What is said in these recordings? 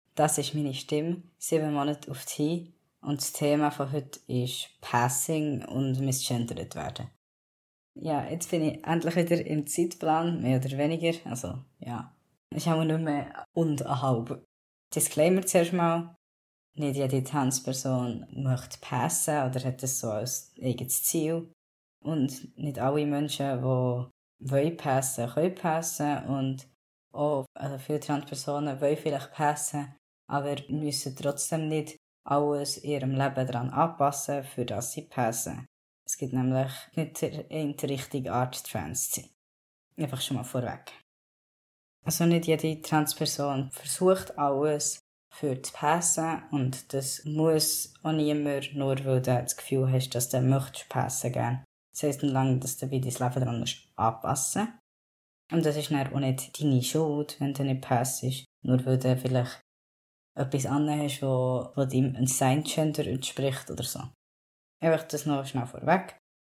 Das ist meine Stimme, 7 Monate auf die und das Thema von heute ist Passing und misgendert werden. Ja, jetzt bin ich endlich wieder im Zeitplan, mehr oder weniger, also ja. Ich habe nicht mehr und eine halbe. Disclaimer zuerst mal, nicht jede Transperson möchte passen oder hat das so als eigenes Ziel. Und nicht alle Menschen, die passen, können passen und auch viele Transpersonen wollen vielleicht passen, aber müssen trotzdem nicht alles in ihrem Leben daran anpassen, für das sie passen. Es gibt nämlich nicht die richtige Art, trans zu sein. Einfach schon mal vorweg. Also nicht jede Transperson versucht alles für zu passen und das muss auch niemand, nur weil du das Gefühl hast, dass du möchtest passen gern. Das heisst nicht lange, dass du dein Leben daran anpassen musst. Und das ist dann auch nicht deine Schuld, wenn du nicht passst, nur weil du vielleicht etwas anderes hast, wo deinem Sein-Gender entspricht oder so. Einfach das noch schnell vorweg.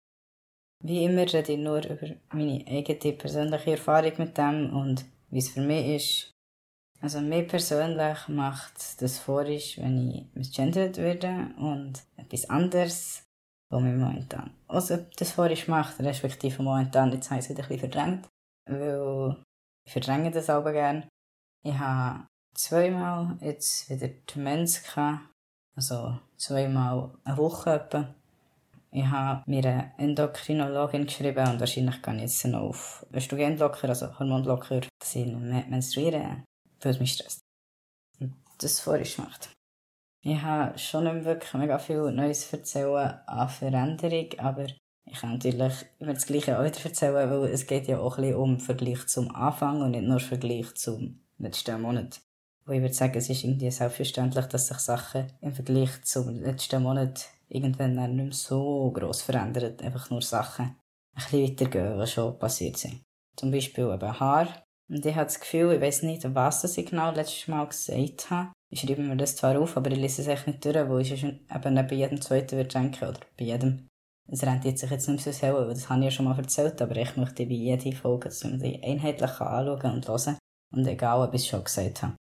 Wie immer rede ich nur über meine eigene persönliche Erfahrung mit dem und wie es für mich ist. Also mir persönlich macht das vorisch, wenn ich misgendert werde und etwas anderes, was mir momentan also das vorisch macht, respektive momentan, jetzt habe ich es wieder ein bisschen verdrängt, weil ich verdränge das aber gerne. Ich habe 2-mal jetzt wieder Demenz gehabt, also 2-mal eine Woche etwa. Ich habe mir eine Endokrinologin geschrieben und wahrscheinlich gehe ich jetzt noch auf Östrogenblocker, also Hormonblocker, dass ich nicht mehr menstruiere, weil es mich stresst. Und das vorisch macht. Ich habe schon nicht wirklich mega viel Neues erzählen an Veränderung, aber ich kann natürlich immer das Gleiche auch wieder erzählen, weil es geht ja auch ein bisschen um Vergleich zum Anfang und nicht nur Vergleich zum letzten Monat. Wo ich würde sagen, es ist irgendwie selbstverständlich, dass sich Sachen im Vergleich zum letzten Monat irgendwann nicht mehr so gross verändern. Einfach nur Sachen ein bisschen weitergehen, die schon passiert sind. Zum Beispiel eben Haar. Und ich habe das Gefühl, ich weiss nicht, was ich genau letztes Mal gesagt habe. Ich schreibe mir das zwar auf, aber ich lese es echt nicht durch, weil ich eben nicht bei jedem Zweiten würde denken, oder bei jedem. Es rentiert sich jetzt nicht mehr so sehr, weil das habe ich ja schon mal erzählt, aber ich möchte bei jeder Folge, dass man die einheitlich anschauen und hören. Und egal, ob ich es schon gesagt habe.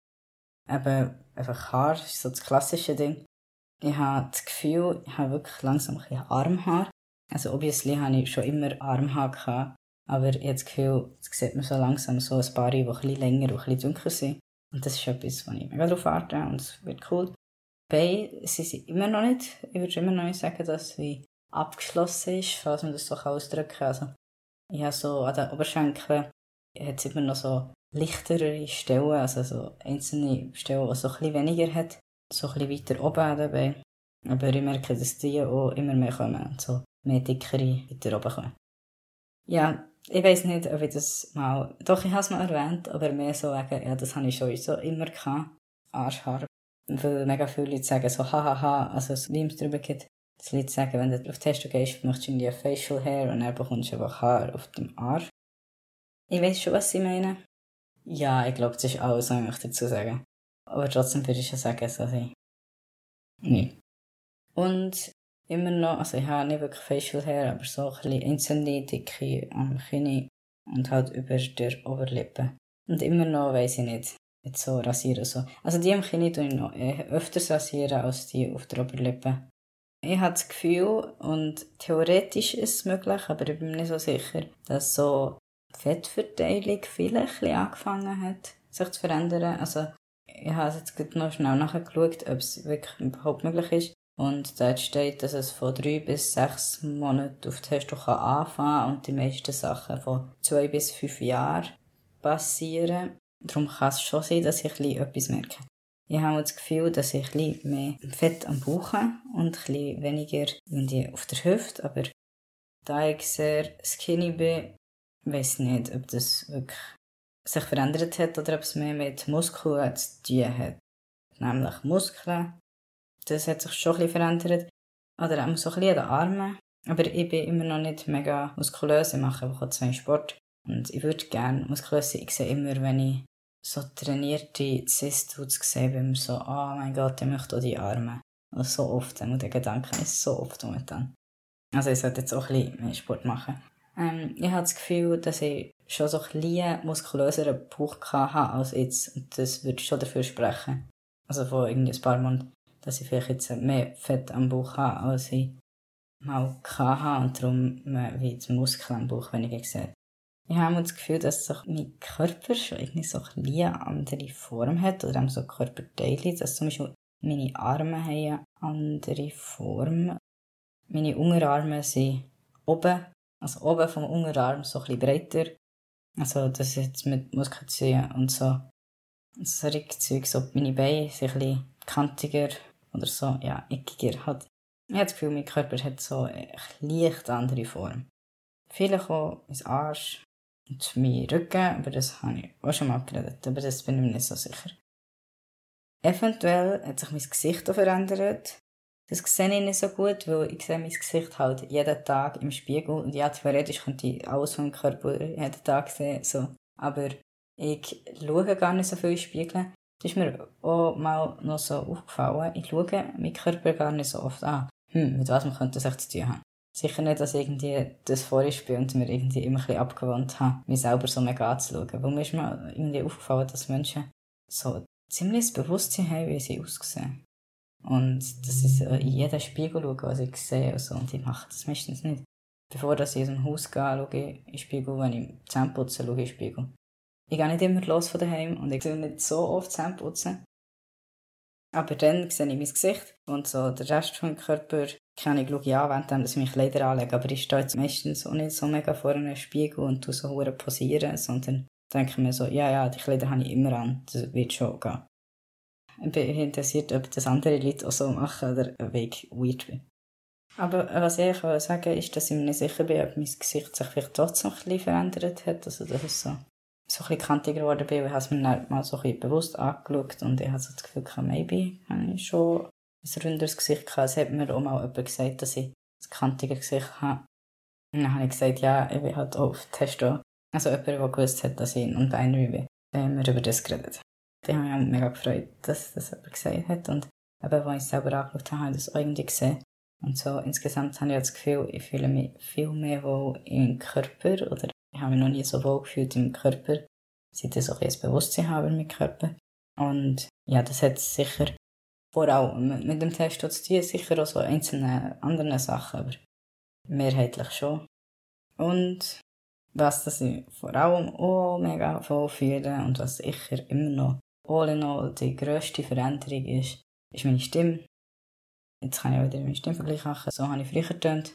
Eben, einfach Haar ist so das klassische Ding. Ich habe das Gefühl, ich habe wirklich langsam ein bisschen Armhaar. Also obviously habe ich schon immer Armhaar gehabt, aber ich habe das Gefühl, jetzt sieht man so langsam so ein paar, die ein bisschen länger und ein bisschen dunkler sind. Und das ist etwas, wo ich mega drauf warte und es wird cool. Beine, sie sind immer noch nicht, ich würde immer noch nicht sagen, dass sie abgeschlossen ist, falls man das so ausdrücken kann. Also, ich habe so an den Oberschenkeln, hat es immer noch so lichtere Stellen, also so einzelne Stellen, die so ein bisschen weniger hat, so ein bisschen weiter oben an den Beinen. Aber ich merke, dass die auch immer mehr kommen und so mehr dickere weiter oben kommen. Ja, ich weiss nicht, ob ich das mal, doch ich habe es mal erwähnt, aber mehr so wegen, ja, das habe ich sowieso immer gehabt, Arschhaar. Weil mega viele Leute sagen so, hahaha, also es Memes drüber gibt, dass Leute sagen, wenn du auf Testo gehst, möchtest du irgendwie Facial Hair und dann bekommst du einfach Haar auf dem Arsch. Ich weiss schon, was sie meinen. Ja, ich glaube, das ist alles, was ich möchte dazu sagen. Aber trotzdem würde ich schon sagen, dass ich nicht. Und immer noch, also ich habe nicht wirklich Facial Hair, aber so ein bisschen einzelne dicke am Kinn und halt über der Oberlippe. Und immer noch weiss ich nicht, jetzt so rasieren so. Also die am Kinn tue ich noch öfters rasieren als die auf der Oberlippe. Ich habe das Gefühl, und theoretisch ist es möglich, aber ich bin mir nicht so sicher, dass so Fettverteilung vielleicht angefangen hat, sich zu verändern. Also ich habe jetzt noch schnell nachgeschaut, ob es wirklich überhaupt möglich ist. Und dort steht, dass es von 3 bis 6 Monaten auf Testo anfangen kann und die meisten Sachen von 2 bis 5 Jahren passieren. Darum kann es schon sein, dass ich etwas merke. Ich habe das Gefühl, dass ich ein bisschen mehr Fett am Bauch habe und ein bisschen weniger auf der Hüfte. Aber da ich sehr skinny bin, weiss ich nicht, ob das wirklich sich verändert hat oder ob es mehr mit Muskeln zu tun hat. Nämlich Muskeln. Das hat sich schon ein bisschen verändert. Oder auch so ein bisschen an den Armen. Aber ich bin immer noch nicht mega muskulös. Ich mache einfach auch 2 Sport. Und ich würde gerne muskulös sein. Ich sehe immer, wenn ich so trainierte Cis-Dudes sehe, bin ich so, oh mein Gott, ich möchte auch die Arme. Also so oft. Und der Gedanke ist so oft momentan. Also ich sollte jetzt auch ein bisschen mehr Sport machen. Ich habe das Gefühl, dass ich schon so ein bisschen muskulöseren Bauch hatte als jetzt. Und das würde schon dafür sprechen, Also von irgendwie ein paar Monaten, dass ich vielleicht jetzt mehr Fett am Bauch habe, als ich mal hatte und darum wie die Muskeln am Bauch weniger sehe. Ich habe immer das Gefühl, dass sich mein Körper schon irgendwie so ein eine andere Form hat oder auch so Körperteile, dass zum Beispiel meine Arme haben eine andere Form. Meine Unterarme sind oben, also oben vom Unterarm so ein bisschen breiter. Also das ist jetzt mit Muskelzügen und so. So Zeug, so meine Beine sind ein bisschen kantiger oder so, ja, eckiger. Halt. Ich habe das Gefühl, mein Körper hat so eine leicht andere Form. Vielleicht auch mein Arsch und mein Rücken, aber das habe ich auch schon mal geredet, aber das bin ich mir nicht so sicher. Eventuell hat sich mein Gesicht auch verändert. Das sehe ich nicht so gut, weil ich sehe mein Gesicht halt jeden Tag im Spiegel. Und ja, theoretisch könnte ich alles vom Körper jeden Tag sehen. So. Aber ich schaue gar nicht so viel in den Spiegel. Das ist mir auch mal noch so aufgefallen. Ich schaue meinen Körper gar nicht so oft an. Mit was man könnte sich zu tun haben. Sicher nicht, dass ich irgendwie das vorspiele und mir irgendwie immer ein bisschen abgewohnt habe, mich selber so mega anzuschauen. Weil mir ist mir irgendwie aufgefallen, dass Menschen so ziemlich das Bewusstsein haben, wie sie aussehen. Und das ist in jeden Spiegel schauen, was ich sehe. Also, und ich mache das meistens nicht. Bevor ich aus dem Haus gehe, schaue ich in den Spiegel. Wenn ich Zähne putze, schaue ich in den Spiegel. Ich gehe nicht immer los von daheim und ich will nicht so oft Zähne putzen. Aber dann sehe ich mein Gesicht und so der Rest vom Körper kann ich schauen, ja, während ich mich Kleider anlege. Aber ich stehe jetzt meistens auch nicht so mega vor einem Spiegel und tu so hure posieren, sondern denke mir so, ja, die Kleider habe ich immer an. Das wird schon gehen. Ich bin interessiert, ob das andere Leute auch so machen oder ob ich weird bin. Aber was ich sagen will, ist, dass ich mir nicht sicher bin, ob mein Gesicht sich vielleicht trotzdem ein bisschen verändert hat. Also, dass es so ein bisschen kantiger geworden bin. Ich habe es mir dann mal so ein bisschen bewusst angeschaut und ich habe so das Gefühl gehabt, maybe habe ich schon ein runderes Gesicht gehabt. Es hat mir auch mal jemand gesagt, dass ich ein kantiger Gesicht habe. Und dann habe ich gesagt, ja, ich bin halt auch auf Testo. Also jemand, der gewusst hat, dass ich non-binary bin. Dann haben wir über das geredet. Ich habe mich auch mega gefreut, dass das jemand gesagt hat. Und eben, als ich es selber angeschaut habe, habe ich das auch irgendwie gesehen. Und so insgesamt habe ich das Gefühl, ich fühle mich viel mehr wohl im Körper. Oder ich habe mich noch nie so wohl gefühlt im Körper, seit ich so ein Bewusstsein habe in meinem Körper. Und ja, das hat sicher vor allem mit dem Test zu tun, sicher auch so einzelne anderen Sachen, aber mehrheitlich schon. Und was das ich vor allem auch mega voll fühle und was sicher immer noch all in all die grösste Veränderung ist meine Stimme. Jetzt kann ich auch wieder meine Stimmvergleich machen. So habe ich früher getönt.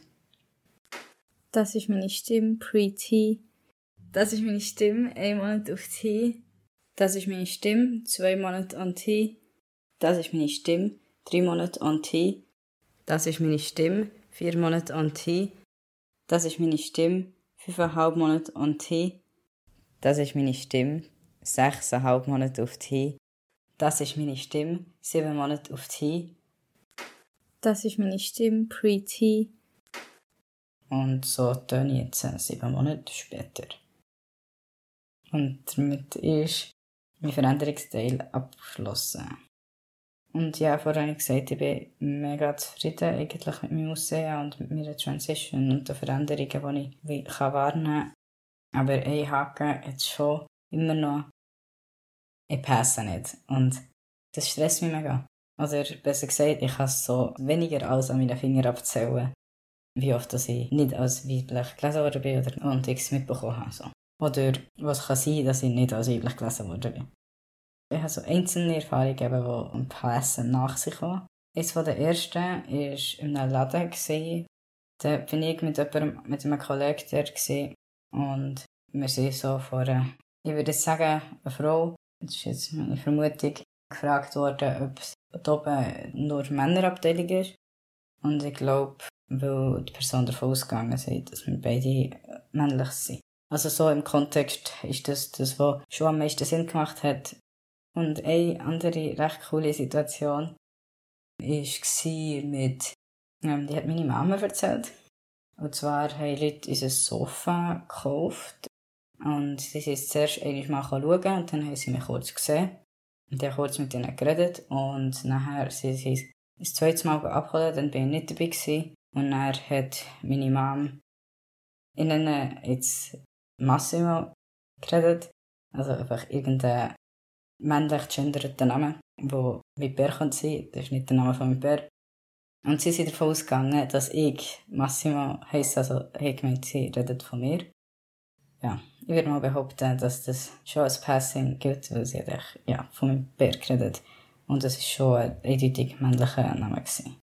Das ist meine Stimme pre-T. Das ist meine Stimme 1 Monat auf T. Das ist meine Stimme 2 Monate on T. Das ist meine Stimme 3 Monate on T. Das ist meine Stimme 4 Monate on T. Das ist meine Stimme 5,5 Monate on T. Das ist meine Stimme 6,5 Monate auf T. Das ist meine Stimme 7 Monate auf T. Das ist meine Stimme pre-T. Und so töne ich jetzt 7 Monate später. Und damit ist mein Veränderungsteil abgeschlossen. Und ja, vorher habe ich gesagt, ich bin mega zufrieden eigentlich mit meinem Aussehen und mit meiner Transition und den Veränderungen, die ich wahrnehmen kann. Aber ein Haken jetzt schon immer noch, ich passe nicht. Und das stresst mich mega. Oder besser gesagt, ich kann es so weniger als an meinen Fingern abzählen, wie oft dass ich nicht als weiblich gelesen worden bin und ich es mitbekommen habe. So. Oder was kann sein, dass ich nicht als weiblich gelesen worden bin. Ich habe so einzelne Erfahrungen, die am Passen nach sich kommen. Eines der ersten war in einem Laden. Da bin ich mit einem Kollegen dort und wir sind so vor ich würde jetzt sagen, eine Frau, das ist jetzt meine Vermutung, gefragt worden, ob es da oben nur Männerabteilung ist. Und ich glaube, weil die Person davon ausgegangen ist, dass wir beide männlich sind. Also so im Kontext ist das, was schon am meisten Sinn gemacht hat. Und eine andere recht coole Situation war mit, die hat meine Mama erzählt. Und zwar haben Leute unser Sofa gekauft. Und sie sind zuerst einmal schauen und dann haben sie mich kurz gesehen. Und dann kurz mit ihnen geredet. Und nachher sind sie das zweite Mal abgeholt, dann bin ich nicht dabei gewesen. Und dann hat meine Mom ihnen jetzt Massimo geredet. Also einfach irgendeinen männlich genderten Namen. wo mein Bär sein könnte. Das ist nicht der Name von meinem Bär. Und sie sind davon ausgegangen, dass ich Massimo heisse, also ich gemeint, sie redet von mir. Ja, ich würde mal behaupten, dass das schon als Passing gilt, weil sie hat von meinem Bär geredet. Und das war schon ein eindeutig männlicher Name gewesen.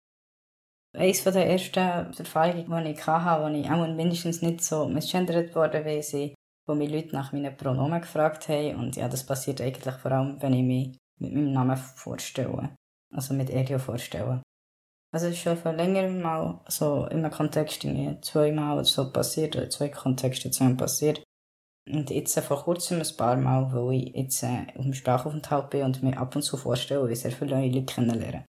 Eines der ersten Erfahrungen, die ich hatte, wo ich auch mindestens nicht so misgendert worden bin, wo mich Leute nach meinen Pronomen gefragt haben. Und ja, das passiert eigentlich vor allem, wenn ich mich mit meinem Namen vorstelle. Also mit Elio vorstelle. Also es ist schon vor längerem mal so in einem Kontext zweimal oder so passiert, oder 2 Kontexte zusammen passiert. Und jetzt vor kurzem ein paar Mal, weil ich jetzt auf dem Sprachaufenthalt bin und mich ab und zu vorstelle, wie sehr viele neue Leute kennenlernen.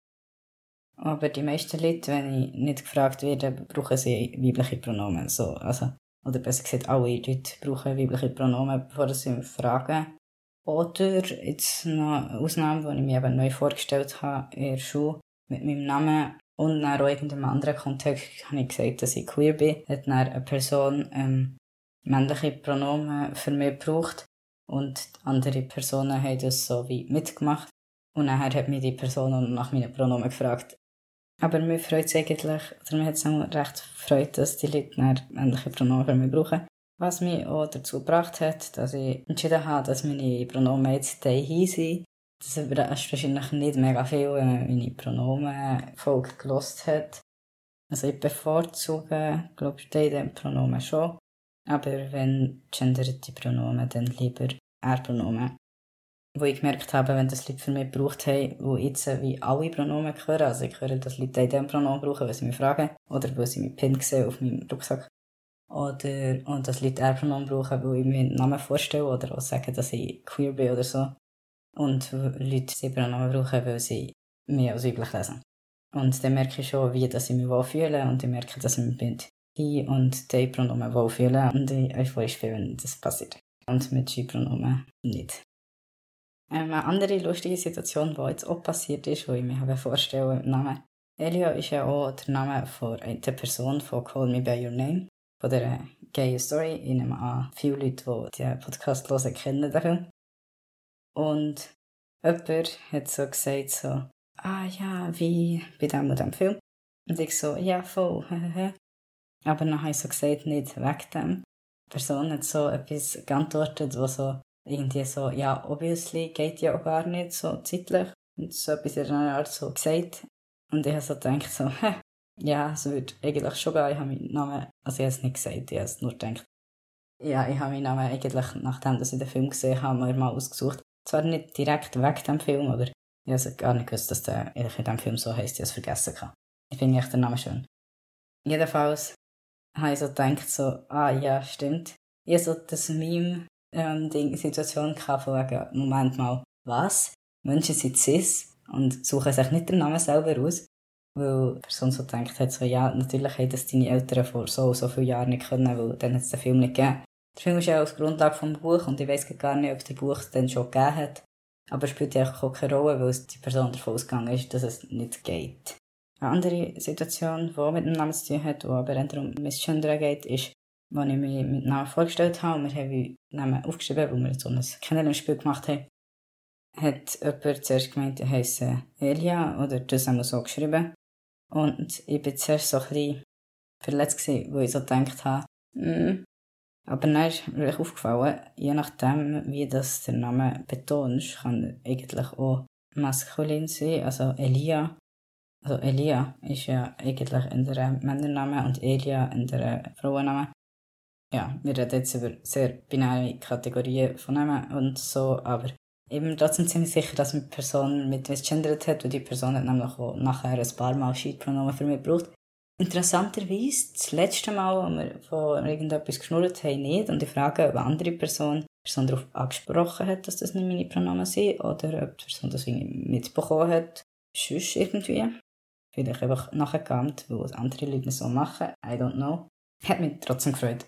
Aber die meisten Leute, wenn ich nicht gefragt werde, brauchen sie weibliche Pronomen. So, also, oder besser gesagt, alle Leute brauchen weibliche Pronomen, bevor sie mich fragen. Oder jetzt noch eine Ausnahme, die ich mir eben neu vorgestellt habe in der Schule mit meinem Namen. Und dann auch in irgendeinem anderen Kontext habe ich gesagt, dass ich queer bin. Hat dann eine Person männliche Pronomen für mich gebraucht. Und andere Personen haben das so wie mitgemacht. Und nachher hat mich die Person nach meinen Pronomen gefragt. Aber mir freut es eigentlich, oder mir hat es auch recht gefreut, dass die Leute dann männliche Pronomen für mich brauchen. Was mich auch dazu gebracht hat, dass ich entschieden habe, dass meine Pronomen jetzt «they» sind. Das überrascht wahrscheinlich nicht mega viel, wenn man meine Pronomen-Folge gehört hat. Also ich bevorzuge, glaube ich, die Pronomen schon. Aber wenn genderte Pronomen, dann lieber Er-Pronomen. Wo ich gemerkt habe, wenn das Leute für mich gebraucht haben, wo jetzt wie alle Pronomen hören, also ich höre, dass Leute diesem Pronomen brauchen, weil sie mich fragen, oder weil sie mich Pin sehen auf meinem Rucksack. Und dass Leute Er-Pronomen brauchen, weil ich mir einen Namen vorstelle, oder auch sagen, dass ich queer bin oder so. Und Leute sie Pronomen brauchen, weil sie mich als üblich lesen. Und dann merke ich schon, wie dass ich mich wohlfühle, und ich merke, dass ich mich mit «he» und «they» Pronomen wohlfühle, und ich euphorisch bin, wenn das passiert. Und mit «she» Pronomen nicht. Eine andere lustige Situation, die jetzt auch passiert ist, die ich mir vorstellen mit dem Namen. Elio ist ja auch der Name von einer Person von «Call Me By Your Name», von der «Gay Story». Ich nehme an, viele Leute, die diesen Podcast hören, kennen den Film. Und jemand hat so gesagt, so, ja, wie bei dem und dem Film. Und ich so, ja, voll, Aber dann habe ich so gesagt, nicht wegen dem. Die Person hat so etwas geantwortet, was so irgendwie so, ja, obviously geht ja auch gar nicht so zeitlich. Und so etwas in einer Art so gesagt. Und ich habe so gedacht, so, ja, es würde eigentlich schon gehen. Ich habe meinen Namen, also ich habe es nicht gesagt, ich habe es nur gedacht. Ja, ich habe meinen Namen eigentlich, nachdem ich den Film gesehen habe, mal ausgesucht. Zwar nicht direkt wegen dem Film, aber ich habe gar nicht gewusst, dass der in diesem Film so heisst, ich habe es vergessen kann. Ich finde echt den Namen schön. Jedenfalls habe ich so gedacht, so, ja, stimmt. Ich habe so das Situation gehabt, von wegen, Moment mal, was? Menschen sind cis und suchen sich nicht den Namen selber aus, weil die Person so gedacht hat, so, ja, natürlich hätten das deine Eltern vor so vielen Jahren nicht können, weil dann hat es den Film nicht gegeben. Der Film ist ja als Grundlage vom Buch und ich weiss gar nicht, ob das Buch es dann schon gegeben hat. Aber es spielt ja auch keine Rolle, weil die Person davon ausgegangen ist, dass es nicht geht. Eine andere Situation, die mit dem Namen zu tun hat, die aber eher um Missgendern geht, ist, als ich mich mit dem Namen vorgestellt habe und wir haben den Namen aufgeschrieben, weil wir so ein Kennenlernspiel gemacht haben, hat jemand zuerst gemeint, er heisse Elia, oder das haben wir so geschrieben. Und ich war zuerst so ein bisschen verletzt gewesen, weil ich so gedacht habe, Aber dann ist mir aufgefallen, je nachdem, wie das der Name betonst, kann eigentlich auch maskulin sein, also Elia. Also Elia ist ja eigentlich ein Männername und Elia ein Frauenname. Ja, wir reden jetzt über sehr binäre Kategorien von Namen und so, aber ich bin trotzdem ziemlich sicher, dass eine Person mit misgendert hat, und die Person hat nämlich auch nachher ein paar Mal She-Pronomen für mich gebraucht. Interessanterweise, das letzte Mal, als wir von irgendetwas geschnurrt haben, nicht, und ich frage, ob eine andere Person darauf angesprochen hat, dass das nicht meine Pronomen sind, oder ob die Person das irgendwie mitbekommen hat, sonst irgendwie. Vielleicht einfach nachgegangen, weil andere Leute so machen, I don't know. Hat mich trotzdem gefreut.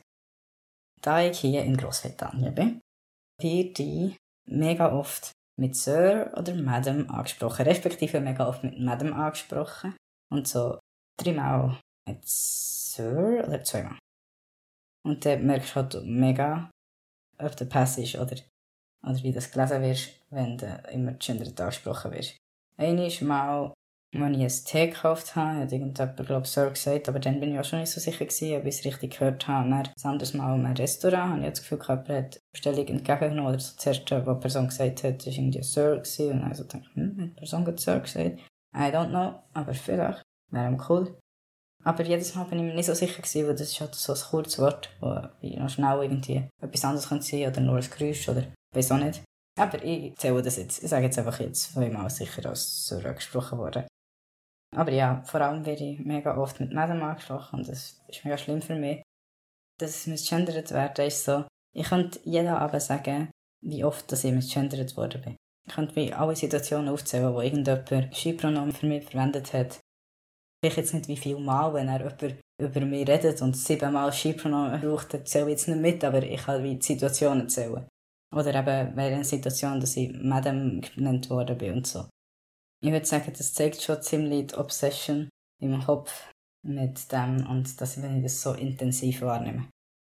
Da ich hier in Großbritannien bin, werde ich mega oft mit Sir oder Madam angesprochen, respektive mega oft mit Madam angesprochen. Und so 3-mal mit Sir oder 2-mal. Und dann merkst du halt mega, ob der Pass ist oder oder wie das gelesen wirst, wenn du immer gendert angesprochen wirst. Einmal mal, als ich ein Tee gekauft habe, hat irgendjemand, glaube ich, Sir gesagt, aber dann bin ich auch schon nicht so sicher gewesen, ob ich es richtig gehört habe. Und dann, ein anderes Mal in einem Restaurant, habe ich das Gefühl gehabt, jemand hat die Bestellung entgegengenommen, oder so zuerst, wo die Person gesagt hat, das war irgendwie Sir gewesen, und dann so dachte ich, hat die Person gerade Sir gesagt? I don't know, aber vielleicht, wäre cool. Aber jedes Mal bin ich mir nicht so sicher gewesen, weil das ist halt so ein kurzes Wort, wo ich noch schnell irgendwie etwas anderes sein könnte oder nur ein Geräusch oder weiss auch nicht. Aber ich zähle das jetzt. Ich sage jetzt einfach jetzt zweimal sicher als so gesprochen worden. Aber ja, vor allem werde ich mega oft mit Madame angesprochen und das ist mega schlimm für mich. Dass es misgendert werden ist so, ich könnte jeden Abend sagen, wie oft dass ich misgendert worden bin. Ich könnte wie alle Situationen aufzählen, wo irgendjemand Ski-Pronomen für mich verwendet hat. Ich jetzt nicht wie viel Mal, wenn jemand über mich redet und 7 Mal Ski-Pronomen braucht, dann zähle ich jetzt nicht mit, aber ich kann wie die Situationen zählen. Oder eben wäre eine Situation, dass ich Madame genannt worden bin und so. Ich würde sagen, das zeigt schon ziemlich die Obsession in meinem Kopf mit dem und dass ich das so intensiv wahrnehme.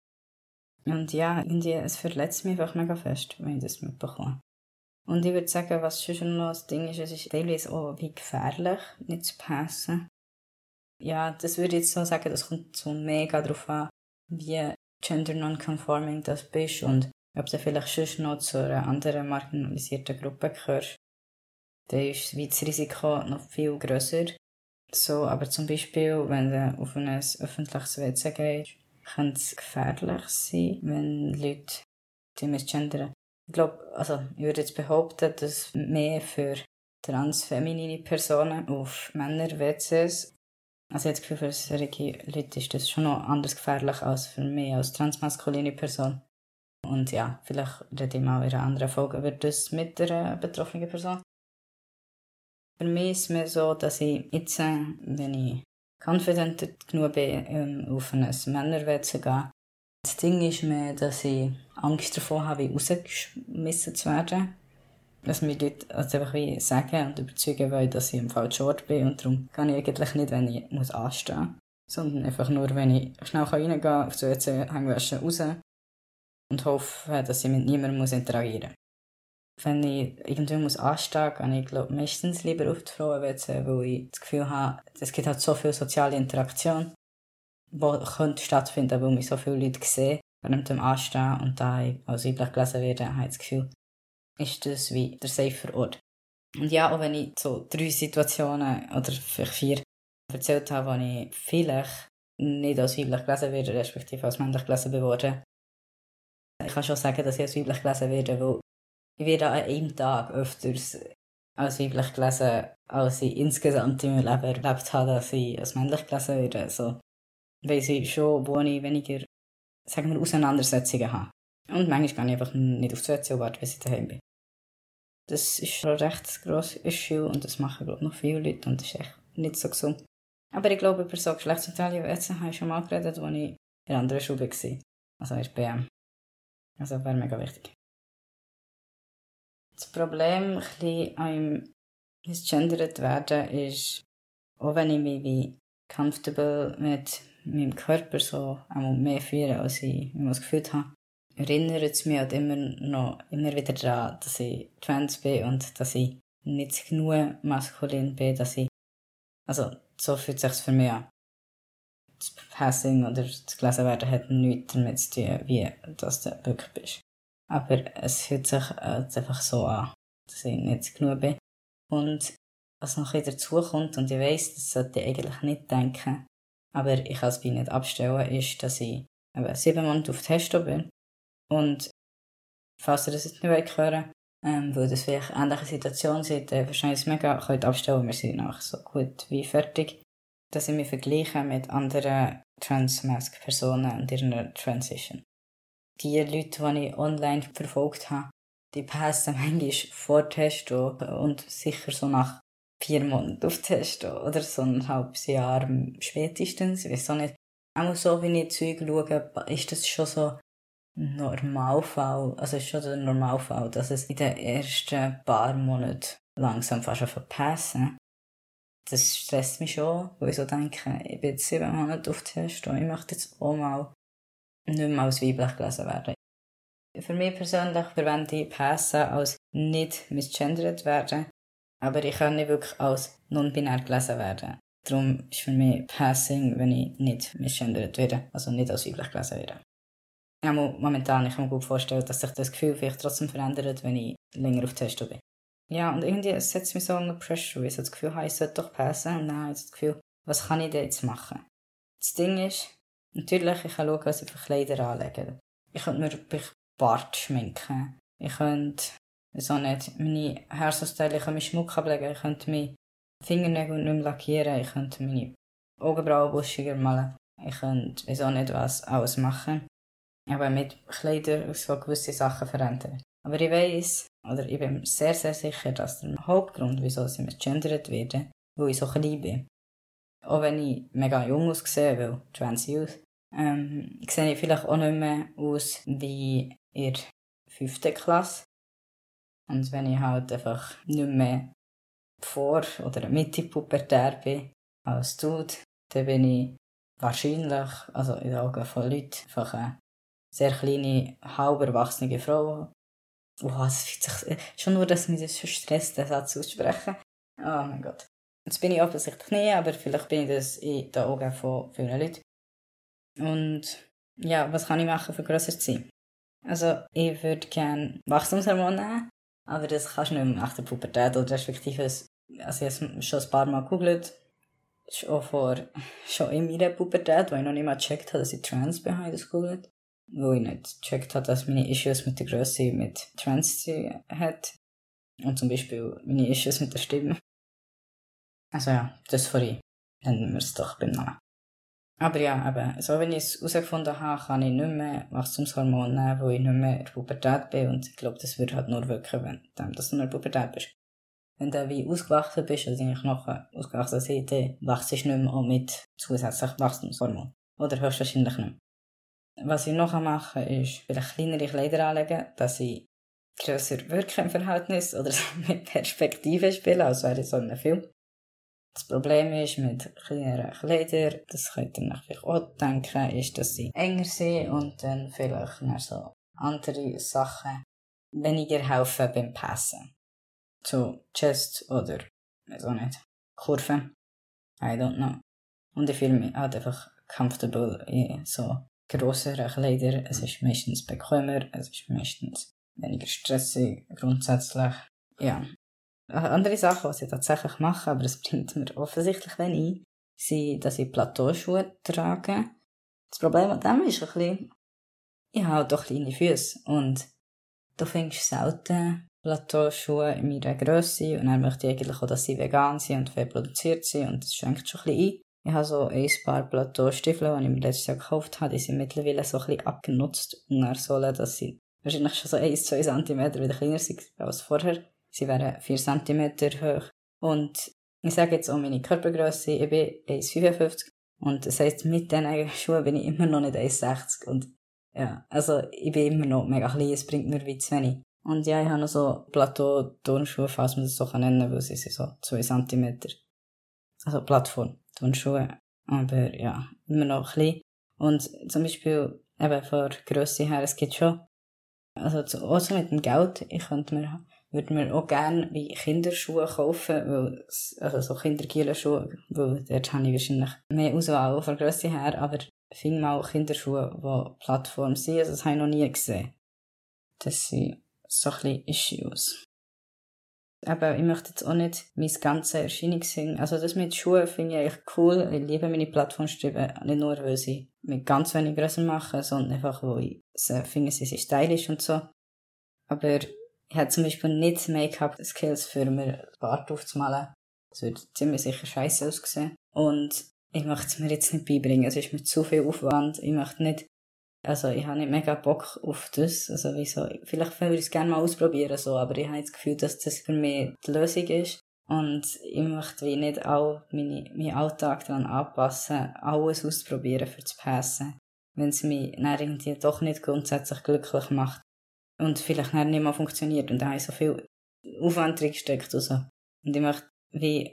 Und ja, irgendwie, es verletzt mich einfach mega fest, wenn ich das mitbekomme. Und ich würde sagen, was schon noch das Ding ist, es ist teilweise auch wie gefährlich, nicht zu passen. Ja, das würde ich jetzt so sagen, das kommt so mega darauf an, wie gender non-conforming das bist und ob du vielleicht schon noch zu einer anderen marginalisierten Gruppe gehörst. Dann ist wie das Risiko noch viel grösser. So, aber zum Beispiel, wenn du auf ein öffentliches WC gehst, kann es gefährlich sein, wenn Leute die misgendern. Ich glaube, also ich würde jetzt behaupten, dass mehr für transfeminine Personen auf Männer-WCs, also ich habe das Gefühl, für solche Leute ist das schon noch anders gefährlich als für mich als transmaskuline Person. Und ja, vielleicht rede ich mal in einer anderen Folge über das mit der betroffenen Person. Für mich ist es mir so, dass ich jetzt, wenn ich confident genug bin, auf ein Männer-WC gehe, das Ding ist mir, dass ich Angst davor habe, rausgeschmissen zu werden. Dass mir Leute also einfach wie sagen und überzeugen wollen, dass ich im falschen Ort bin. Und darum kann ich eigentlich nicht, wenn ich muss anstehen muss. Sondern einfach nur, wenn ich schnell reingehen kann, auf die WC, Hängwäsche raus und hoffe, dass ich mit niemandem interagieren muss. Wenn ich irgendwie anstehen muss, gehe ich glaube meistens lieber auf die Frauen-WC, weil ich das Gefühl habe, es gibt halt so viel soziale Interaktion, die könnte stattfinden, weil mich so viele Leute sehen während dem Anstehen und da ich als weiblich gelesen werde, habe ich das Gefühl, ist das wie der safer Ort. Und ja, auch wenn ich so 3 Situationen oder vielleicht 4 erzählt habe, wo ich vielleicht nicht als weiblich gelesen werde, respektive als männlich gelesen geworden. Ich kann schon sagen, dass ich als weiblich gelesen werde, weil ich werde an einem Tag öfters als weiblich gelesen, als ich insgesamt in meinem Leben erlebt habe, dass ich als männlich gelesen werde. Also weiss ich schon, wo ich weniger, sagen wir, Auseinandersetzungen habe. Und manchmal gehe ich einfach nicht auf die WC und warte, bis ich daheim bin. Das ist schon ein recht grosses Issue und das machen, glaube ich, noch viele Leute und das ist echt nicht so gesund. Aber ich glaube, über so geschlechtsneutrale WC habe ich schon mal geredet, als ich in einer anderen Schule war. Also in der BM. Also wäre mega wichtig. Das Problem an misgendert werden ist, auch wenn ich mich wie comfortable mit meinem Körper so einmal mehr fühle, als ich mir das gefühlt habe, erinnert es mich halt immer wieder daran, dass ich trans bin und dass ich nicht genug maskulin bin, dass ich, also so fühlt es sich für mich an. Das Passing oder das Gelesenwerden hat nichts damit zu tun, wie dass du wirklich bist. Aber es fühlt sich einfach so an, dass ich nicht genug bin. Und was noch dazu kommt, und ich weiss, das sollte ich eigentlich nicht denken, aber ich kann es bei nicht abstellen, ist, dass ich 7 Monate auf Testo bin. Und falls ihr das jetzt nicht hören wollt, weil das vielleicht eine ähnliche Situation seid, wahrscheinlich es mega könnt abstellen, wir sind auch so gut wie fertig, dass ich mich vergleiche mit anderen Trans-Mask-Personen und ihrer Transition. Die Leute, die ich online verfolgt habe, die passen manchmal vor Testo und sicher so nach 4 Monaten auf Testo oder so ein halbes Jahr spätestens. Ich weiß auch nicht. Auch so, wie ich Zeug schaue, ist das schon so ein Normalfall. Also ist schon der Normalfall, dass es in den ersten paar Monaten langsam fast schon verpassen. Das stresst mich schon, weil ich so denke, ich bin jetzt 7 Monate auf Testo, ich möchte jetzt auch mal nicht mehr als weiblich gelesen werden. Für mich persönlich verwende ich Passen als nicht misgendert werden, aber ich kann nicht wirklich als non-binär gelesen werden. Darum ist für mich Passing, wenn ich nicht misgendert werde, also nicht als weiblich gelesen werde. Ja, momentan, ich kann mir gut vorstellen, dass sich das Gefühl vielleicht trotzdem verändert, wenn ich länger auf Testo bin. Ja, und irgendwie setzt es mich so unter Pressure, weil ich so das Gefühl habe, ich sollte doch passen, und dann habe ich das Gefühl, was kann ich denn jetzt machen? Das Ding ist, natürlich, ich kann schauen, was ich für Kleider anlege. Ich könnte mir Bart schminken. Ich könnte, wieso nicht, meine Hairstyle, ich könnte meinen Schmuck ablegen, ich könnte meine Fingernägel nicht mehr lackieren, ich könnte meine Augenbrauen buschiger malen. Ich könnte, wieso nicht, was alles machen. Aber mit Kleidern so gewisse Sachen verändern. Aber ich weiss, oder ich bin sehr, sehr sicher, dass der Hauptgrund, wieso sie misgendert werden, weil ich so klein bin. Auch wenn ich mega jung aussehe, weil Trans Youth, sehe ich vielleicht auch nicht mehr aus wie in der 5. Klasse. Und wenn ich halt einfach nicht mehr vor- oder Mitte pubertär bin als Dude, dann bin ich wahrscheinlich, also in den Augen von Leuten, einfach eine sehr kleine, halb erwachsene Frau. Wow, es fühlt sich, schon nur, dass mich das schon stresst, den Satz aussprechen. Oh mein Gott. Jetzt bin ich offensichtlich nicht, aber vielleicht bin ich das in den Augen von vielen Leuten. Und ja, was kann ich machen, für grösser zu sein? Also, ich würde gerne Wachstumshormone nehmen, aber das kannst du nicht mehr nach der Pubertät oder respektive, also ich habe es schon ein paar Mal gegoogelt, schon in meiner Pubertät, wo ich noch nicht mal gecheckt habe, dass ich trans bin, habe ich das gegoogelt. Wo ich nicht gecheckt habe, dass meine Issues mit der Grösse mit trans zu tun hat. Und zum Beispiel meine Issues mit der Stimme. Also ja, das vorhin. Nennen wir es doch beim Namen. Aber ja, eben, so wenn ich es herausgefunden habe, kann ich nicht mehr Wachstumshormone nehmen, wo ich nicht mehr in der Pubertät bin. Und ich glaube, das würde halt nur wirken, wenn du in der Pubertät bist. Wenn du wie ausgewachsen bist, also deine Knochen ausgewachsen sind, dann wachst du nicht mehr auch mit zusätzlichen Wachstumshormonen. Oder höchstwahrscheinlich nicht mehr. Was ich noch machen kann, ist vielleicht kleinere Kleider anlegen, dass ich grösser wirke im Verhältnis oder mit Perspektive spielen, als wäre ich so in einem Film. Das Problem ist mit kleineren Kleidern, das könnt ihr euch auch denken, ist, dass sie enger sind und dann vielleicht noch so andere Sachen weniger helfen beim Passen. So Chest oder, weiß auch nicht, Kurven. I don't know. Und ich fühle mich halt einfach comfortable in so grosseren Kleidern. Es ist meistens bequemer, es ist meistens weniger stressig, grundsätzlich. Ja. Andere Sachen, was ich tatsächlich mache, aber es bringt mir offensichtlich wenig, sind, dass ich Plateauschuhe trage. Das Problem an dem ist ein bisschen, ich habe halt doch kleine Füße und du findest selten Plateauschuhe in meiner Grösse und dann möchte ich eigentlich auch, dass sie vegan sind und fair produziert sind und das schränkt schon ein bisschen ein. Ich habe so ein paar Plateaustiefel, die ich mir letztes Jahr gekauft habe, die sind mittlerweile so ein bisschen abgenutzt und dann sollen, dass sie wahrscheinlich schon so 1-2 cm wieder kleiner sind als vorher. Sie wären 4 cm hoch. Und ich sage jetzt auch meine Körpergrösse, ich bin 1,55 und das heisst, mit diesen Schuhen bin ich immer noch nicht 1,60 und ja, also ich bin immer noch mega klein, es bringt mir wie zu wenig. Und ja, ich habe noch so Plateau-Turnschuhe, falls man das so nennen kann, weil sie sind so 2 cm. Also Plattform-Turnschuhe. Aber ja, immer noch klein. Und zum Beispiel, eben von der Grösse her, es gibt schon, also auch so mit dem Geld, würde mir auch gerne wie Kinderschuhe kaufen, weil, also so Kindergielenschuhe, weil dort habe ich wahrscheinlich mehr Auswahl von der Grösse her, aber ich finde mal Kinderschuhe, die Plattform sind, also das habe ich noch nie gesehen. Das sind so ein bisschen Issues. Aber ich möchte jetzt auch nicht mein ganzes Erscheinungsding, also das mit Schuhen finde ich eigentlich cool. Ich liebe meine Plattformstiefel, nicht nur, weil sie mit ganz wenig grösser machen, sondern einfach, weil ich finde, sie sind stylisch und so. Aber ich habe zum Beispiel nicht Make-up-Skills für mir Bart aufzumalen. Das würde ziemlich sicher scheiße aussehen. Und ich möchte es mir jetzt nicht beibringen, es ist mir zu viel Aufwand. Ich möchte nicht, also ich habe nicht mega Bock auf das, also wieso, vielleicht würde ich es gerne mal ausprobieren, so, aber ich habe das Gefühl, dass das für mich die Lösung ist. Und ich möchte wie nicht auch meinen Alltag daran anpassen, alles auszuprobieren für zu passen, wenn es mich dann irgendwie doch nicht grundsätzlich glücklich macht. Und vielleicht nicht mal funktioniert und da habe ich so viel Aufwand reingesteckt und so. Und ich möchte wie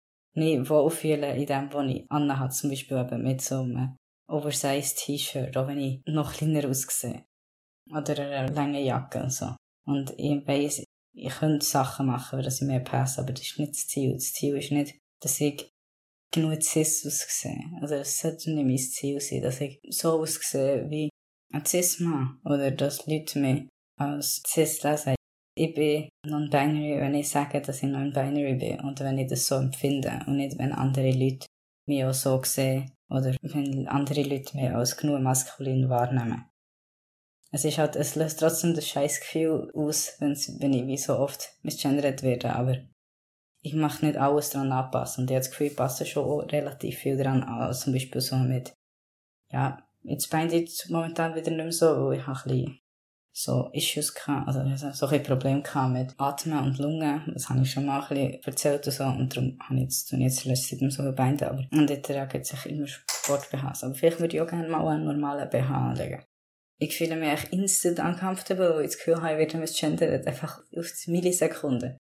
mich wohlfühlen in dem, was ich anhabe, zum Beispiel eben mit so einem Oversized T-Shirt, auch wenn ich noch kleiner aussehe. oder einer langen Jacke und so. Und ich weiss, ich könnte Sachen machen, weil ich mehr passe, aber das ist nicht das Ziel. Das Ziel ist nicht, dass ich genug cis aussehe. Also es sollte nicht mein Ziel sein, dass ich so aussehe wie ein Cis-Mann oder dass Leute mich als cis lesen. Ich bin non-binary, wenn ich sage, dass ich non-binary bin oder wenn ich das so empfinde und nicht, wenn andere Leute mich auch so sehen oder wenn andere Leute mich als genug maskulin wahrnehmen. Es löst trotzdem das scheiß Gefühl aus, wenn ich wie so oft misgendert werde, aber ich mache nicht alles daran anpassen. Und ich habe das Gefühl, ich passe schon auch relativ viel daran an. Also zum Beispiel so mit, ja, jetzt bin ich momentan wieder nicht mehr so, weil ich habe ein bisschen so Issues gehabt, also so ein Problem gehabt mit Atmen und Lungen. Das habe ich schon mal ein bisschen erzählt und so. Und darum habe ich jetzt letztens so Beine. Aber, und jetzt trage sich immer Sport-BHs. Aber vielleicht würde ich auch gerne mal einen normalen BH anlegen. Ich fühle mich echt instant uncomfortable, weil ich das Gefühl habe, ich werde misgendert. Einfach auf die Millisekunden.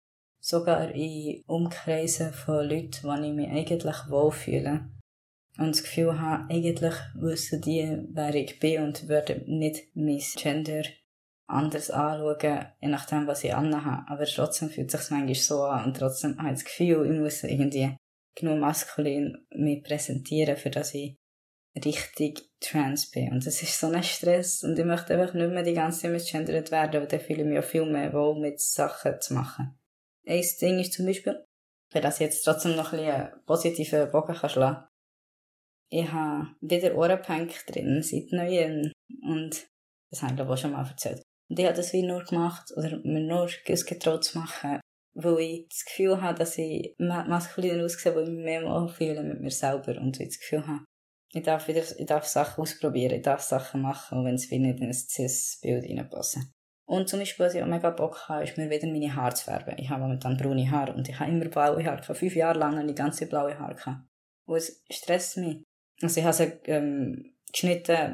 Sogar in Umkreisen von Leuten, wo ich mich eigentlich wohlfühle. Und das Gefühl habe, eigentlich wissen die, wer ich bin und würden nicht mein Gender anders anschauen, je nachdem, was ich anhabe. Aber trotzdem fühlt es sich manchmal so an und trotzdem habe ich das Gefühl, ich muss irgendwie genug maskulin mich präsentieren, für dass ich richtig trans bin. Und das ist so ein Stress und ich möchte einfach nicht mehr die ganze Zeit misgendert werden, weil dann fühle ich mich auch viel mehr wohl, mit Sachen zu machen. Ein Ding ist zum Beispiel, für das ich jetzt trotzdem noch ein bisschen einen positiven Bogen schlagen kann. Ich habe wieder Ohrenpunk drin seit Neuem und das habe ich glaube ich auch schon mal erzählt. Und ich habe das wie nur gemacht, oder mir nur getraut zu machen, weil ich das Gefühl habe, dass ich maskuliner aussehe, weil ich mich mehr mal fühle mit mir selber und ich das Gefühl habe, ich darf Sachen ausprobieren, ich darf Sachen machen, auch wenn es wie nicht in ein Cis-Bild reinpassen. Und zum Beispiel, was ich auch mega Bock habe, ist mir wieder meine Haare zu färben. Ich habe momentan braune Haare und ich habe immer blaue Haare. 5 Jahre lang habe ich ganze blaue Haare gehabt. Und es stresst mich. Also ich habe sie geschnitten,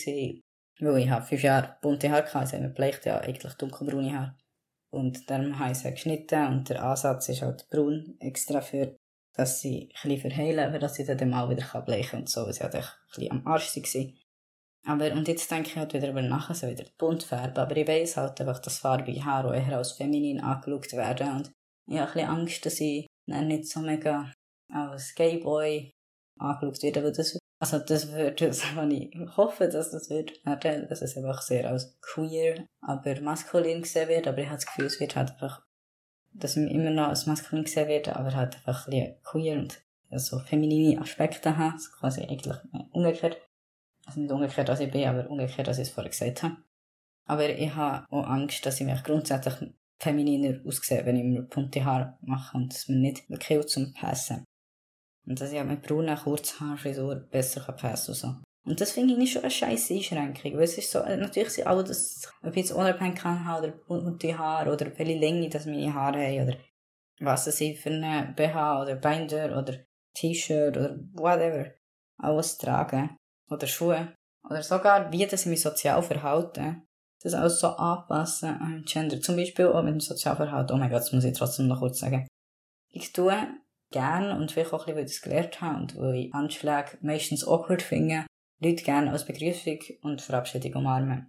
weil ich habe 5 Jahre bunte Haare gehabt. Also man bleicht ja eigentlich dunkelbraune Haare. Und darum habe ich sie geschnitten und der Ansatz ist halt braun, extra für, dass sie ein bisschen verheilen, dass sie dann mal wieder bleichen und so, weil sie halt ein bisschen am Arsch waren. Aber, und jetzt denke ich halt wieder über nachher, so wieder bunt färben, aber ich weiss halt einfach, dass farbige Haare auch eher als feminin angeschaut werden und ich habe ein bisschen Angst, dass ich dann nicht so mega als Gayboy angeschaut werde, weil das würde, was ich hoffe, dass das wird werden, dass es einfach sehr als queer, aber maskulin gesehen wird, aber ich habe das Gefühl, es wird halt einfach, dass ich immer noch als maskulin gesehen werde, aber halt einfach ein bisschen queer und so feminine Aspekte haben, also quasi eigentlich umgekehrt. Also nicht umgekehrt, als ich bin, aber umgekehrt, als ich es vorher gesagt habe. Aber ich habe auch Angst, dass ich mich grundsätzlich femininer aussehe, wenn ich mir bunte Haare mache und es mir nicht wirklich zum Passen. Und dass ich auch mit braunen Kurzhaarfrisur besser passen kann. So. Und das finde ich nicht schon eine scheisse Einschränkung, weil es ist so, natürlich sind alle das, ob ich jetzt Ohrenpänke kann haben, oder bunte Haare, oder welche Länge das meine Haare haben, oder was es sind für eine BH, oder Binder, oder T-Shirt, oder whatever. Alles tragen. Oder Schuhe. Oder sogar, wie das ich mich sozial verhalte. Das alles so anpassen an Gender. Zum Beispiel auch mit dem Sozialverhalten. Oh mein Gott, das muss ich trotzdem noch kurz sagen. Ich tue gerne, und vielleicht auch ein bisschen, weil ich das gelernt habe, und weil ich Handschläge meistens awkward finde, Leute gerne als Begrüßung und Verabschiedung umarmen.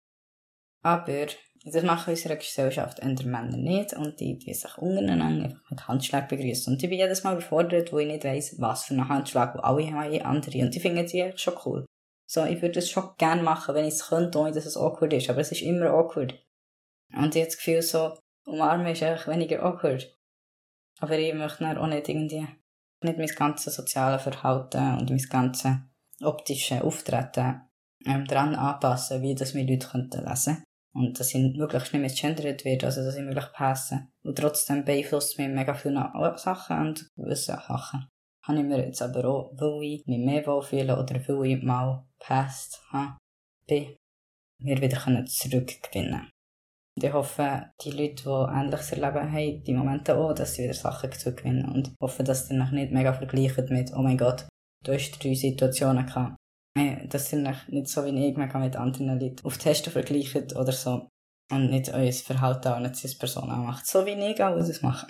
Aber das machen unsere Gesellschaft eher Männer nicht und die sich untereinander einfach mit Handschlag begrüßen. Und ich bin jedes Mal überfordert, wo ich nicht weiss, was für einen Handschlag, wo alle haben andere. Und die finden die schon cool. So, ich würde es schon gerne machen, wenn ich es könnte, ohne dass es awkward ist. Aber es ist immer awkward. Und ich habe das Gefühl, so, umarmen ist einfach weniger awkward. Aber ich möchte dann auch nicht irgendwie, nicht mein ganzes soziales Verhalten und mein ganzes optische Auftreten daran anpassen, wie das mir Leute lesen könnten. Und dass ich möglichst nicht misgendert werde, also dass ich möglichst passe. Und trotzdem beeinflusst mich mega viele Sachen und gewisse Sachen. Habe ich mir jetzt aber auch, weil ich mich mehr wohlfühle oder weil ich mal gepasst habe, bin, mir wieder zurückgewinnen. Und ich hoffe, die Leute, die Ähnliches erleben haben, die Momente auch, dass sie wieder Sachen zurückgewinnen. Und hoffe, dass sie nicht mega vergleichen mit, oh mein Gott, du hast 3 Situationen gehabt. Dass ihr nicht so wie ich mit anderen Leuten auf Testen vergleicht oder so. Und nicht euer Verhalten an eine Cis-Person macht. So wie ich auch das mache.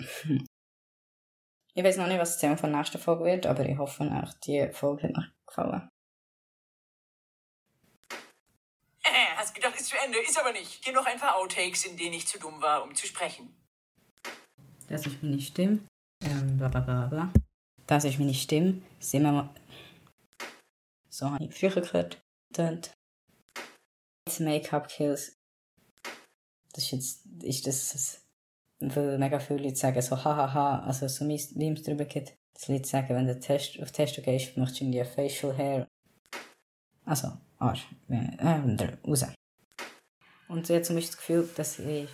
Ich weiss noch nicht, was das Thema von der nächsten Folge wird, aber ich hoffe, euch die Folge hat euch gefallen. Hast gedacht, ist zu Ende. Ist aber nicht. Hier noch ein paar Outtakes, in denen ich zu dumm war, um zu sprechen. Das ist meine Stimme. Bla bla bla bla. Das ist meine Stimme. Sind wir mal... So habe ich früher gehört. Tönt. Make-up Kills. Das ist das... Weil mega viele Leute sagen so hahaha, also so Memes drüber gibt. Das Leute sagen, wenn du auf Testo gehst, möchtest du irgendwie ein Facial Hair. Also, Arsch. Raus. Und jetzt habe ich das Gefühl, dass ich...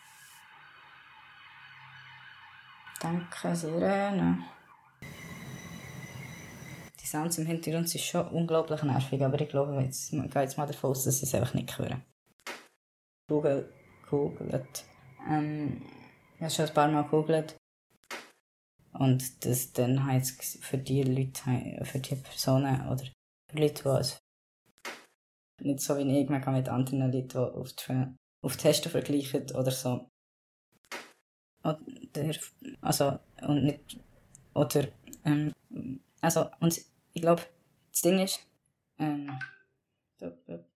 Danke, Sirene. Die Sounds im Hintergrund sind schon unglaublich nervig, aber ich glaube, ich gehe jetzt mal davon aus, dass sie es einfach nicht hören. Googelt. Ich habe schon ein paar Mal gegoogelt. Und das dann heißt für die Leute, für die Personen oder für Leute, die es nicht so wie ich man kann mit anderen Leuten, die auf Testo vergleichen oder so. Oder, also, und nicht, oder, also, und ich glaube, das Ding ist,